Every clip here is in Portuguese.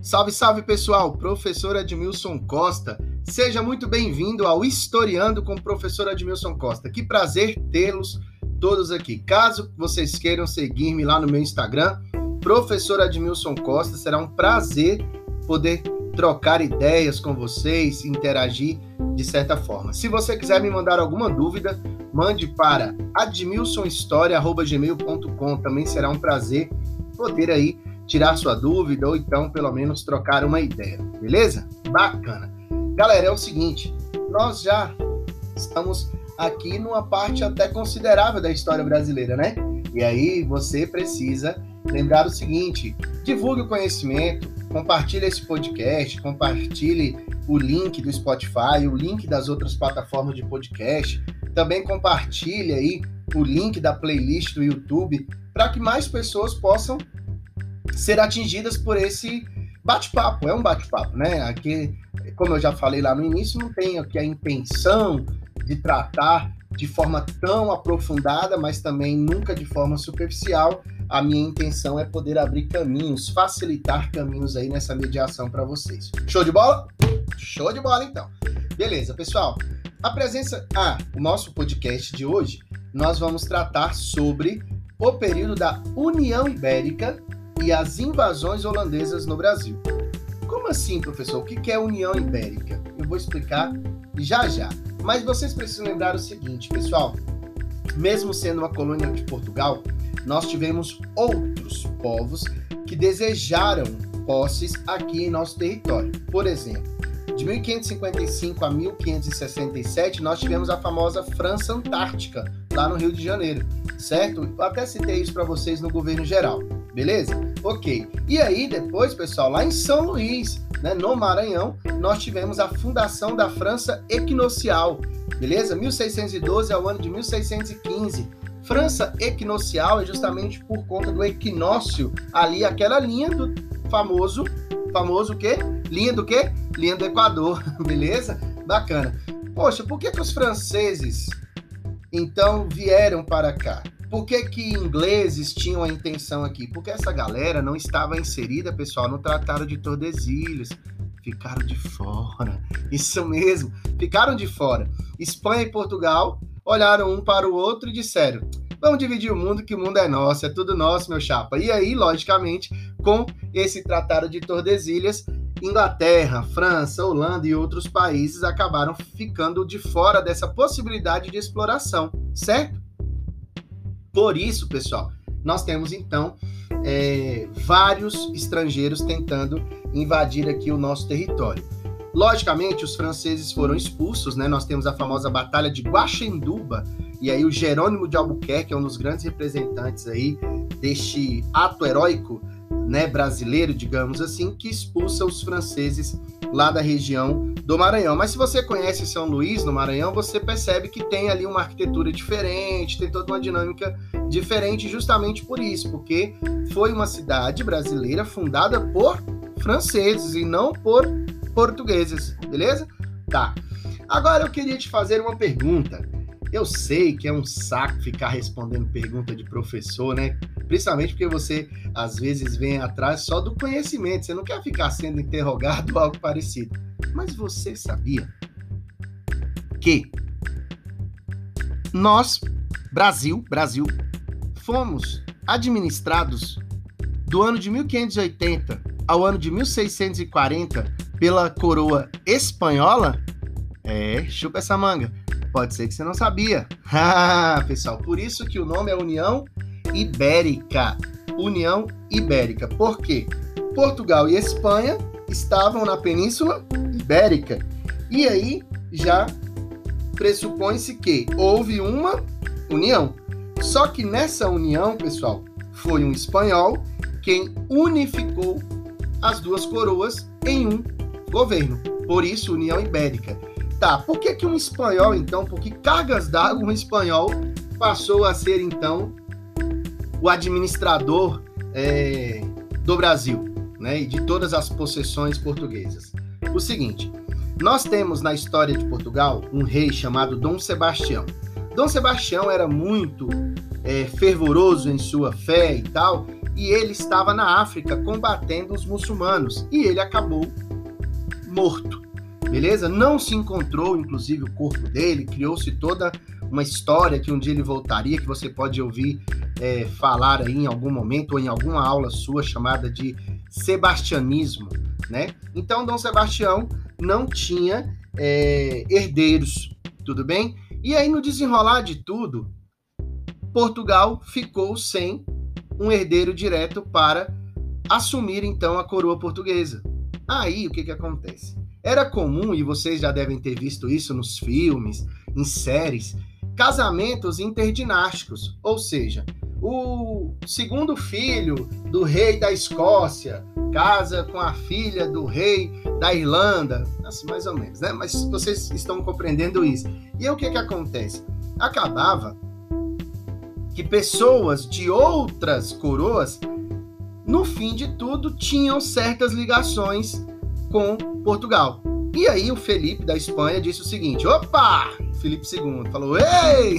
Salve, salve pessoal, professor Edmilson Costa. Seja muito bem-vindo ao Historiando com o professor Edmilson Costa. Que prazer tê-los todos aqui. Caso vocês queiram seguir-me lá no meu Instagram, professor Edmilson Costa, será um prazer poder trocar ideias com vocês, interagir de certa forma. Se você quiser me mandar alguma dúvida, mande para admilsonhistoria@gmail.com. Também será um prazer poder aí tirar sua dúvida ou então pelo menos trocar uma ideia, beleza? Bacana. Galera, é o seguinte, nós já estamos aqui numa parte até considerável da história brasileira, né? E aí você precisa lembrar o seguinte, divulgue o conhecimento, compartilhe esse podcast, compartilhe o link do Spotify, o link das outras plataformas de podcast, também compartilhe aí o link da playlist do YouTube para que mais pessoas possam ser atingidas por esse bate-papo. É um bate-papo, né? Aqui, como eu já falei lá no início, não tenho aqui a intenção de tratar de forma tão aprofundada, mas também nunca de forma superficial. A minha intenção é poder abrir caminhos, facilitar caminhos aí nessa mediação para vocês. Show de bola? Show de bola, então. Beleza, pessoal. O nosso podcast de hoje, nós vamos tratar sobre o período da União Ibérica e as invasões holandesas no Brasil. Como assim, professor? O que é União Ibérica? Eu vou explicar já já. Mas vocês precisam lembrar o seguinte, pessoal. Mesmo sendo uma colônia de Portugal, nós tivemos outros povos que desejaram posses aqui em nosso território. Por exemplo, de 1555 a 1567, nós tivemos a famosa França Antártica, lá no Rio de Janeiro, certo? Eu até citei isso para vocês no governo geral, beleza? Ok. E aí, depois, pessoal, lá em São Luís, né, no Maranhão, nós tivemos a fundação da França Equinocial, beleza? 1612 ao ano de 1615. França Equinocial é justamente por conta do equinócio, ali, aquela linha do famoso o quê? Linha do quê? Linha do Equador, beleza? Bacana. Poxa, por que os franceses, então, vieram para cá? Por que ingleses tinham a intenção aqui? Porque essa galera não estava inserida, pessoal, no Tratado de Tordesilhas. Ficaram de fora. Isso mesmo, ficaram de fora. Espanha e Portugal olharam um para o outro e disseram: vamos dividir o mundo, que o mundo é nosso, é tudo nosso, meu chapa. E aí, logicamente, com esse Tratado de Tordesilhas, Inglaterra, França, Holanda e outros países acabaram ficando de fora dessa possibilidade de exploração, certo? Por isso, pessoal, nós temos, então, vários estrangeiros tentando invadir aqui o nosso território. Logicamente, os franceses foram expulsos, né? Nós temos a famosa Batalha de Guaxenduba, e aí o Jerônimo de Albuquerque é um dos grandes representantes aí deste ato heróico, né, brasileiro, digamos assim, que expulsa os franceses lá da região do Maranhão. Mas se você conhece São Luís, no Maranhão, você percebe que tem ali uma arquitetura diferente, tem toda uma dinâmica diferente justamente por isso, porque foi uma cidade brasileira fundada por franceses e não por portugueses, beleza? Tá. Agora eu queria te fazer uma pergunta. Eu sei que é um saco ficar respondendo pergunta de professor, né? Principalmente porque você, às vezes, vem atrás só do conhecimento. Você não quer ficar sendo interrogado ou algo parecido. Mas você sabia que nós, Brasil, fomos administrados do ano de 1580 ao ano de 1640 pela coroa espanhola? Chupa essa manga. Pode ser que você não sabia. Pessoal, por isso que o nome é União Ibérica. União Ibérica. Por quê? Portugal e Espanha estavam na Península Ibérica. E aí já pressupõe-se que houve uma união. Só que nessa união, pessoal, foi um espanhol quem unificou as duas coroas em um governo. Por isso, União Ibérica. Tá, por que um espanhol, então, por que cargas d'água um espanhol passou a ser, então, o administrador do Brasil, né, e de todas as possessões portuguesas? O seguinte, nós temos na história de Portugal um rei chamado Dom Sebastião. Dom Sebastião era muito fervoroso em sua fé e tal, e ele estava na África combatendo os muçulmanos, e ele acabou morto, beleza? Não se encontrou, inclusive, o corpo dele, criou-se toda uma história que um dia ele voltaria, que você pode ouvir falar aí em algum momento, ou em alguma aula sua, chamada de sebastianismo, né? Então, Dom Sebastião não tinha herdeiros, tudo bem? E aí, no desenrolar de tudo, Portugal ficou sem um herdeiro direto para assumir, então, a coroa portuguesa. Aí, o que acontece? Era comum, e vocês já devem ter visto isso nos filmes, em séries, casamentos interdinásticos, ou seja, o segundo filho do rei da Escócia casa com a filha do rei da Irlanda, assim, mais ou menos, né? Mas vocês estão compreendendo isso. E aí, o que acontece? Acabava que pessoas de outras coroas, no fim de tudo, tinham certas ligações com Portugal. E aí o Felipe da Espanha disse o seguinte: opa! Felipe II falou: ei!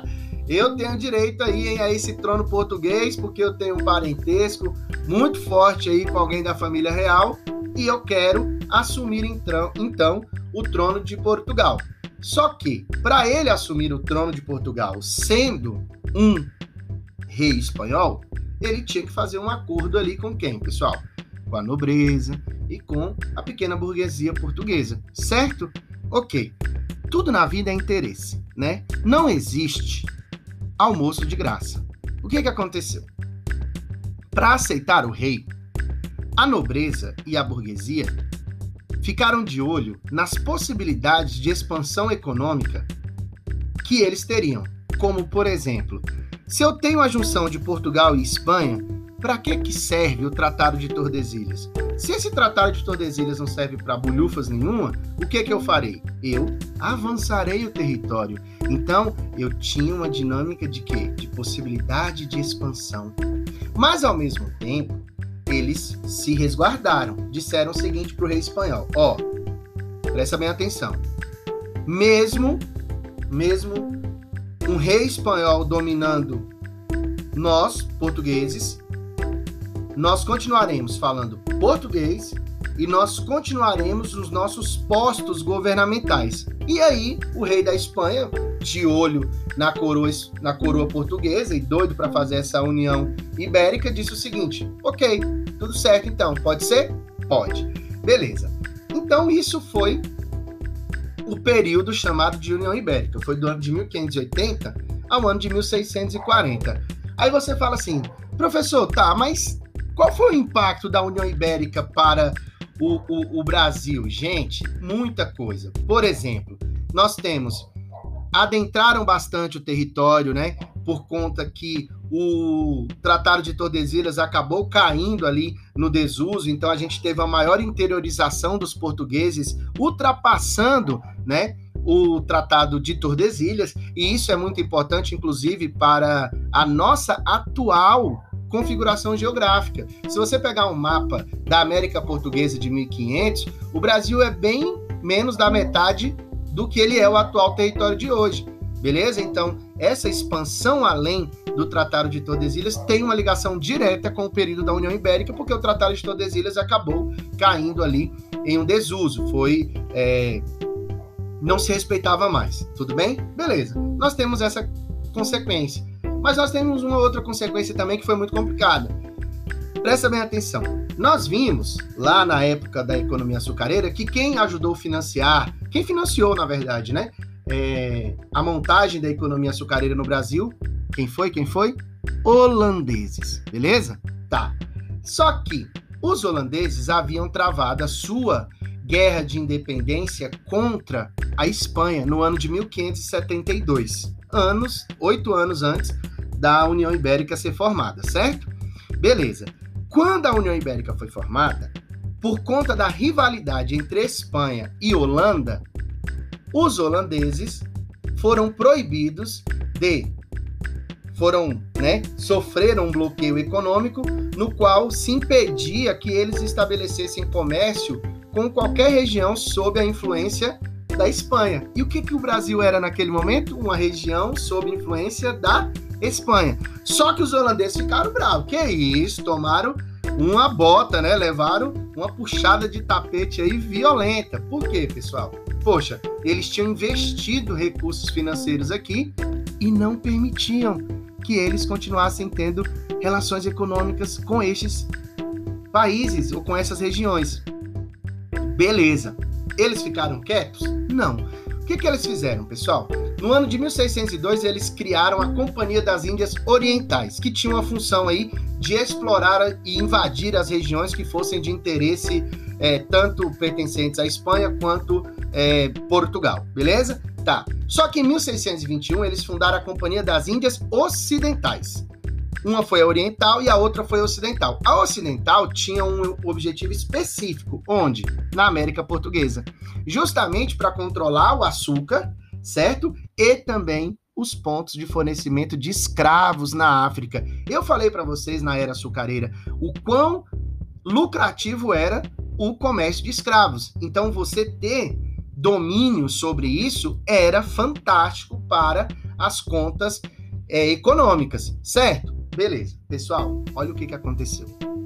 Eu tenho direito aí a esse trono português, porque eu tenho um parentesco muito forte aí com alguém da família real, e eu quero assumir então o trono de Portugal. Só que, para ele assumir o trono de Portugal sendo um rei espanhol, ele tinha que fazer um acordo ali com quem, pessoal? Com a nobreza e com a pequena burguesia portuguesa, certo? Ok. Tudo na vida é interesse, né? Não existe almoço de graça. O que aconteceu? Para aceitar o rei, a nobreza e a burguesia ficaram de olho nas possibilidades de expansão econômica que eles teriam. Como, por exemplo, se eu tenho a junção de Portugal e Espanha, para que serve o Tratado de Tordesilhas? Se esse Tratado de Tordesilhas não serve para bulhufas nenhuma, o que eu farei? Eu avançarei o território. Então, eu tinha uma dinâmica de quê? De possibilidade de expansão. Mas, ao mesmo tempo, eles se resguardaram. Disseram o seguinte para o rei espanhol: ó, presta bem atenção. Mesmo um rei espanhol dominando nós, portugueses, nós continuaremos falando português e nós continuaremos nos nossos postos governamentais. E aí, o rei da Espanha, de olho na coroa portuguesa e doido para fazer essa união ibérica, disse o seguinte: ok, tudo certo então, pode ser? Pode. Beleza. Então, isso foi o período chamado de União Ibérica. Foi do ano de 1580 ao ano de 1640. Aí você fala assim: professor, tá, mas qual foi o impacto da União Ibérica para o Brasil? Gente, muita coisa. Por exemplo, nós adentraram bastante o território, né? Por conta que o Tratado de Tordesilhas acabou caindo ali no desuso, então a gente teve a maior interiorização dos portugueses, ultrapassando, né, o Tratado de Tordesilhas, e isso é muito importante, inclusive, para a nossa atual configuração geográfica. Se você pegar um mapa da América Portuguesa de 1500, o Brasil é bem menos da metade do que ele é o atual território de hoje, beleza? Então, essa expansão além do Tratado de Tordesilhas tem uma ligação direta com o período da União Ibérica, porque o Tratado de Tordesilhas acabou caindo ali em um desuso, não se respeitava mais, tudo bem? Beleza, nós temos essa consequência. Mas nós temos uma outra consequência também que foi muito complicada. Presta bem atenção. Nós vimos, lá na época da economia açucareira, que quem ajudou a financiar, quem financiou, na verdade, né, a montagem da economia açucareira no Brasil, quem foi? Holandeses, beleza? Tá. Só que os holandeses haviam travado a sua guerra de independência contra a Espanha no ano de 1572. 8 anos antes da União Ibérica ser formada, certo? Beleza. Quando a União Ibérica foi formada, por conta da rivalidade entre Espanha e Holanda, os holandeses foram proibidos sofreram um bloqueio econômico no qual se impedia que eles estabelecessem comércio com qualquer região sob a influência da Espanha. E o que o Brasil era naquele momento? Uma região sob influência da Espanha. Só que os holandeses ficaram bravos. Que isso? Tomaram uma bota, né? Levaram uma puxada de tapete aí violenta. Por quê, pessoal? Poxa, eles tinham investido recursos financeiros aqui e não permitiam que eles continuassem tendo relações econômicas com estes países ou com essas regiões. Beleza. Eles ficaram quietos? Não. O que eles fizeram, pessoal? No ano de 1602, eles criaram a Companhia das Índias Orientais, que tinha uma função aí de explorar e invadir as regiões que fossem de interesse tanto pertencentes à Espanha quanto Portugal, beleza? Tá. Só que em 1621, eles fundaram a Companhia das Índias Ocidentais. Uma foi a oriental e a outra foi a ocidental. A ocidental tinha um objetivo específico, onde? Na América Portuguesa. Justamente para controlar o açúcar, certo? E também os pontos de fornecimento de escravos na África. Eu falei para vocês na Era Açucareira o quão lucrativo era o comércio de escravos. Então, você ter domínio sobre isso era fantástico para as contas econômicas, certo? Beleza, pessoal, olha o que aconteceu.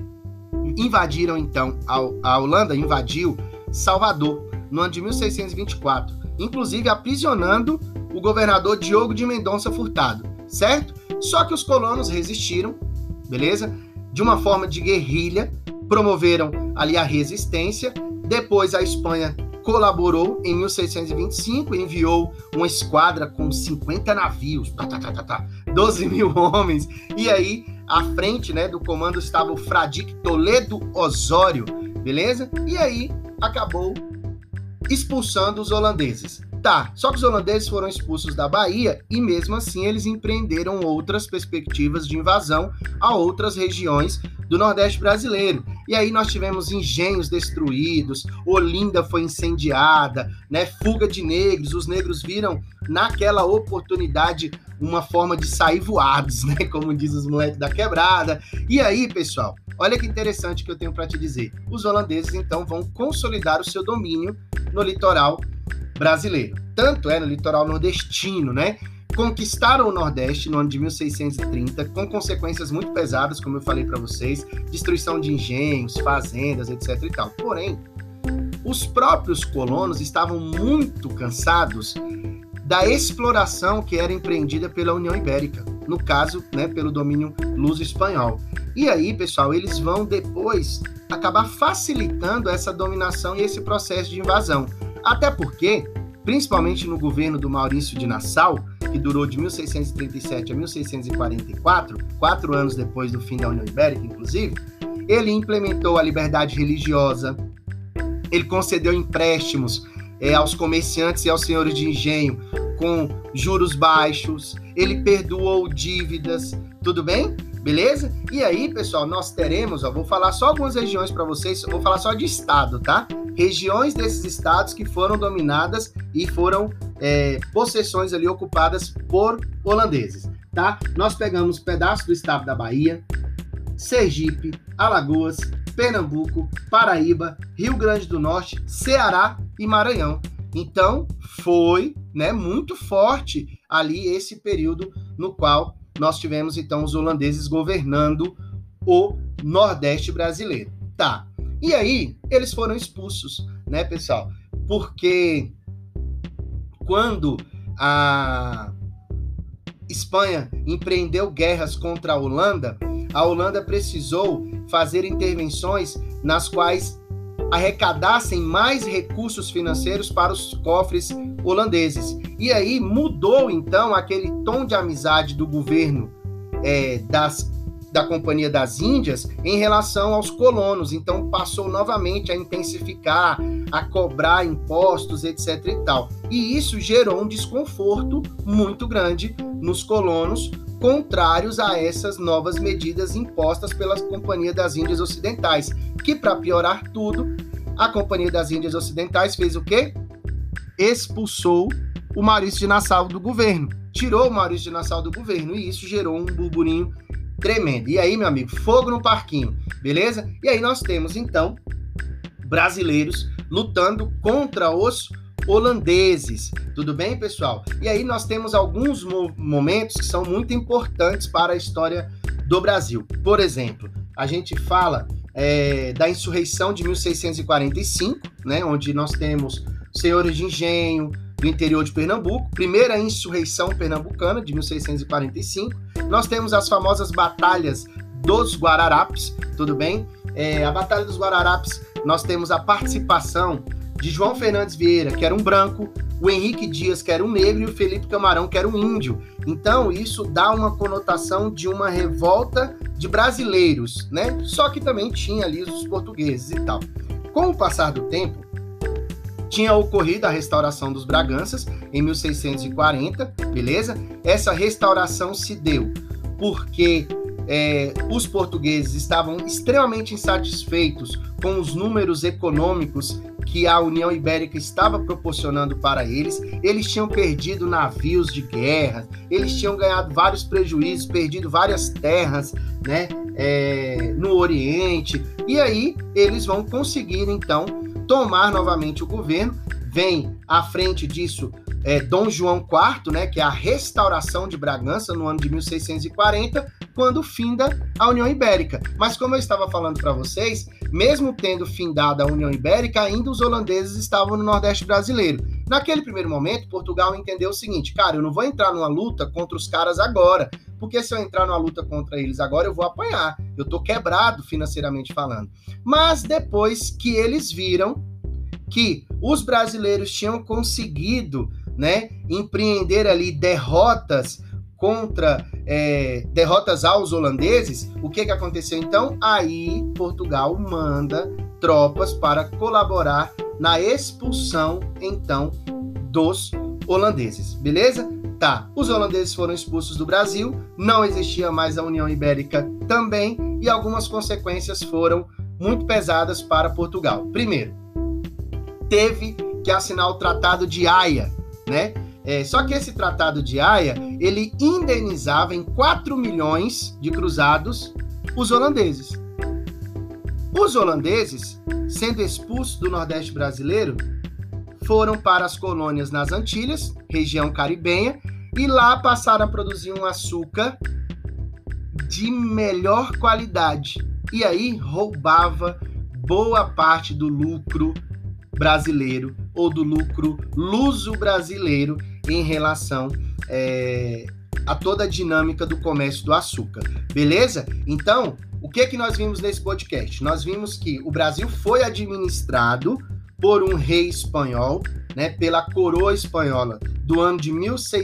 Invadiram, então, a Holanda invadiu Salvador, no ano de 1624, inclusive aprisionando o governador Diogo de Mendonça Furtado, certo? Só que os colonos resistiram, beleza? De uma forma de guerrilha, promoveram ali a resistência. Depois a Espanha colaborou em 1625, enviou uma esquadra com 50 navios, 12 mil homens, e aí à frente, né, do comando estava o Fradique Toledo Osório, beleza? E aí acabou expulsando os holandeses. Tá, só que os holandeses foram expulsos da Bahia e mesmo assim eles empreenderam outras perspectivas de invasão a outras regiões do Nordeste brasileiro. E aí nós tivemos engenhos destruídos, Olinda foi incendiada, né? Fuga de negros, os negros viram naquela oportunidade uma forma de sair voados, né? Como diz os moleques da quebrada. E aí, pessoal, olha que interessante que eu tenho para te dizer. Os holandeses, então, vão consolidar o seu domínio no litoral brasileiro. Tanto no litoral nordestino, né? Conquistaram o Nordeste no ano de 1630, com consequências muito pesadas, como eu falei para vocês, destruição de engenhos, fazendas, etc. e tal. Porém, os próprios colonos estavam muito cansados da exploração que era empreendida pela União Ibérica, no caso, né, pelo domínio luso-espanhol. E aí, pessoal, eles vão depois acabar facilitando essa dominação e esse processo de invasão. Até porque, principalmente no governo do Maurício de Nassau, que durou de 1637 a 1644, 4 anos depois do fim da União Ibérica, inclusive, ele implementou a liberdade religiosa, ele concedeu empréstimos aos comerciantes e aos senhores de engenho com juros baixos, ele perdoou dívidas, tudo bem? Beleza? E aí, pessoal, nós teremos, vou falar só algumas regiões para vocês, vou falar só de estado, tá? Regiões desses estados que foram dominadas e foram possessões ali ocupadas por holandeses, tá? Nós pegamos pedaços do estado da Bahia, Sergipe, Alagoas, Pernambuco, Paraíba, Rio Grande do Norte, Ceará e Maranhão. Então, foi, né, muito forte ali esse período no qual nós tivemos, então, os holandeses governando o Nordeste brasileiro. Tá. E aí, eles foram expulsos, né, pessoal? Porque quando a Espanha empreendeu guerras contra a Holanda precisou fazer intervenções nas quais arrecadassem mais recursos financeiros para os cofres holandeses. E aí mudou, então, aquele tom de amizade do governo da Companhia das Índias em relação aos colonos. Então, passou novamente a intensificar, a cobrar impostos, etc. e tal. E isso gerou um desconforto muito grande nos colonos, contrários a essas novas medidas impostas pela Companhia das Índias Ocidentais, que, para piorar tudo, a Companhia das Índias Ocidentais fez o quê? Expulsou o Maurício de Nassau do governo, tirou o Maurício de Nassau do governo, e isso gerou um burburinho tremendo. E aí, meu amigo, fogo no parquinho, beleza? E aí nós temos, então, brasileiros lutando contra os holandeses. Tudo bem, pessoal? E aí nós temos alguns momentos que são muito importantes para a história do Brasil. Por exemplo, a gente fala da insurreição de 1645, né, onde nós temos senhores de engenho do interior de Pernambuco, primeira insurreição pernambucana de 1645. Nós temos as famosas batalhas dos Guararapes, tudo bem? A Batalha dos Guararapes, nós temos a participação de João Fernandes Vieira, que era um branco, o Henrique Dias, que era um negro, e o Felipe Camarão, que era um índio. Então, isso dá uma conotação de uma revolta de brasileiros, né? Só que também tinha ali os portugueses e tal. Com o passar do tempo, tinha ocorrido a restauração dos Braganças em 1640, beleza? Essa restauração se deu porque os portugueses estavam extremamente insatisfeitos com os números econômicos que a União Ibérica estava proporcionando para eles. Eles tinham perdido navios de guerra, eles tinham ganhado vários prejuízos, perdido várias terras, né, no Oriente, e aí eles vão conseguir, então, tomar novamente o governo. Vem à frente disso Dom João IV, né, que é a restauração de Bragança no ano de 1640, quando finda a União Ibérica. Mas como eu estava falando para vocês, mesmo tendo findado a União Ibérica, ainda os holandeses estavam no Nordeste brasileiro. Naquele primeiro momento, Portugal entendeu o seguinte: cara, eu não vou entrar numa luta contra os caras agora, porque se eu entrar numa luta contra eles agora, eu vou apanhar. Eu tô quebrado financeiramente falando. Mas depois que eles viram que os brasileiros tinham conseguido, né, empreender ali derrotas aos holandeses, o que aconteceu então? Aí Portugal manda tropas para colaborar na expulsão, então, dos holandeses, beleza? Tá, os holandeses foram expulsos do Brasil, não existia mais a União Ibérica também, e algumas consequências foram muito pesadas para Portugal. Primeiro, teve que assinar o Tratado de Haia, né? Só que esse Tratado de Haia, ele indenizava em 4 milhões de cruzados os holandeses. Os holandeses, sendo expulsos do Nordeste brasileiro, foram para as colônias nas Antilhas, região caribenha, e lá passaram a produzir um açúcar de melhor qualidade. E aí roubava boa parte do lucro brasileiro ou do lucro luso-brasileiro em relação a toda a dinâmica do comércio do açúcar, beleza? Então, o que nós vimos nesse podcast? Nós vimos que o Brasil foi administrado por um rei espanhol, né, pela coroa espanhola, do ano de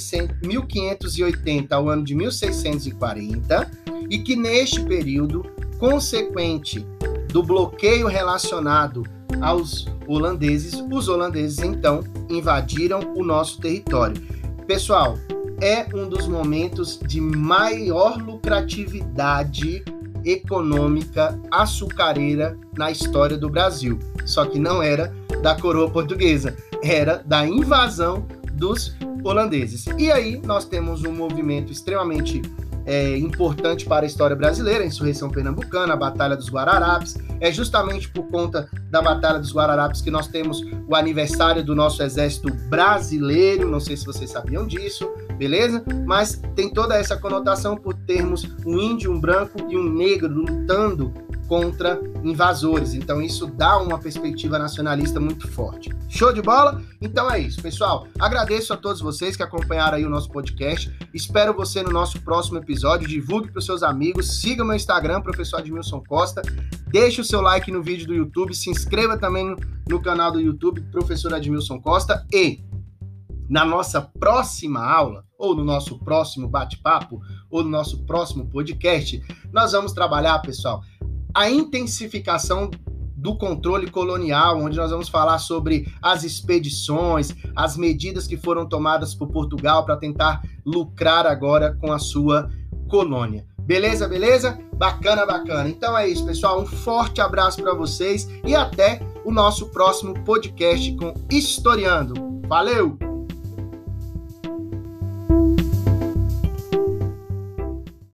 1580 ao ano de 1640, e que neste período, consequente do bloqueio relacionado aos holandeses, os holandeses então invadiram o nosso território. Pessoal, é um dos momentos de maior lucratividade econômica açucareira na história do Brasil. Só que não era da coroa portuguesa, era da invasão dos holandeses. E aí nós temos um movimento extremamente importante para a história brasileira, a insurreição pernambucana, a Batalha dos Guararapes. É justamente por conta da Batalha dos Guararapes que nós temos o aniversário do nosso exército brasileiro, não sei se vocês sabiam disso, beleza? Mas tem toda essa conotação por termos um índio, um branco e um negro lutando contra invasores. Então isso dá uma perspectiva nacionalista muito forte. Show de bola? Então é isso, pessoal. Agradeço a todos vocês que acompanharam aí o nosso podcast. Espero você no nosso próximo episódio. Divulgue para os seus amigos. Siga meu Instagram, Professor Admilson Costa. Deixe o seu like no vídeo do YouTube. Se inscreva também no canal do YouTube, Professor Admilson Costa. E na nossa próxima aula, ou no nosso próximo bate-papo, ou no nosso próximo podcast, nós vamos trabalhar, pessoal, a intensificação do controle colonial, onde nós vamos falar sobre as expedições, as medidas que foram tomadas por Portugal para tentar lucrar agora com a sua colônia. Beleza, beleza? Bacana, bacana. Então é isso, pessoal. Um forte abraço para vocês e até o nosso próximo podcast com Historiando. Valeu!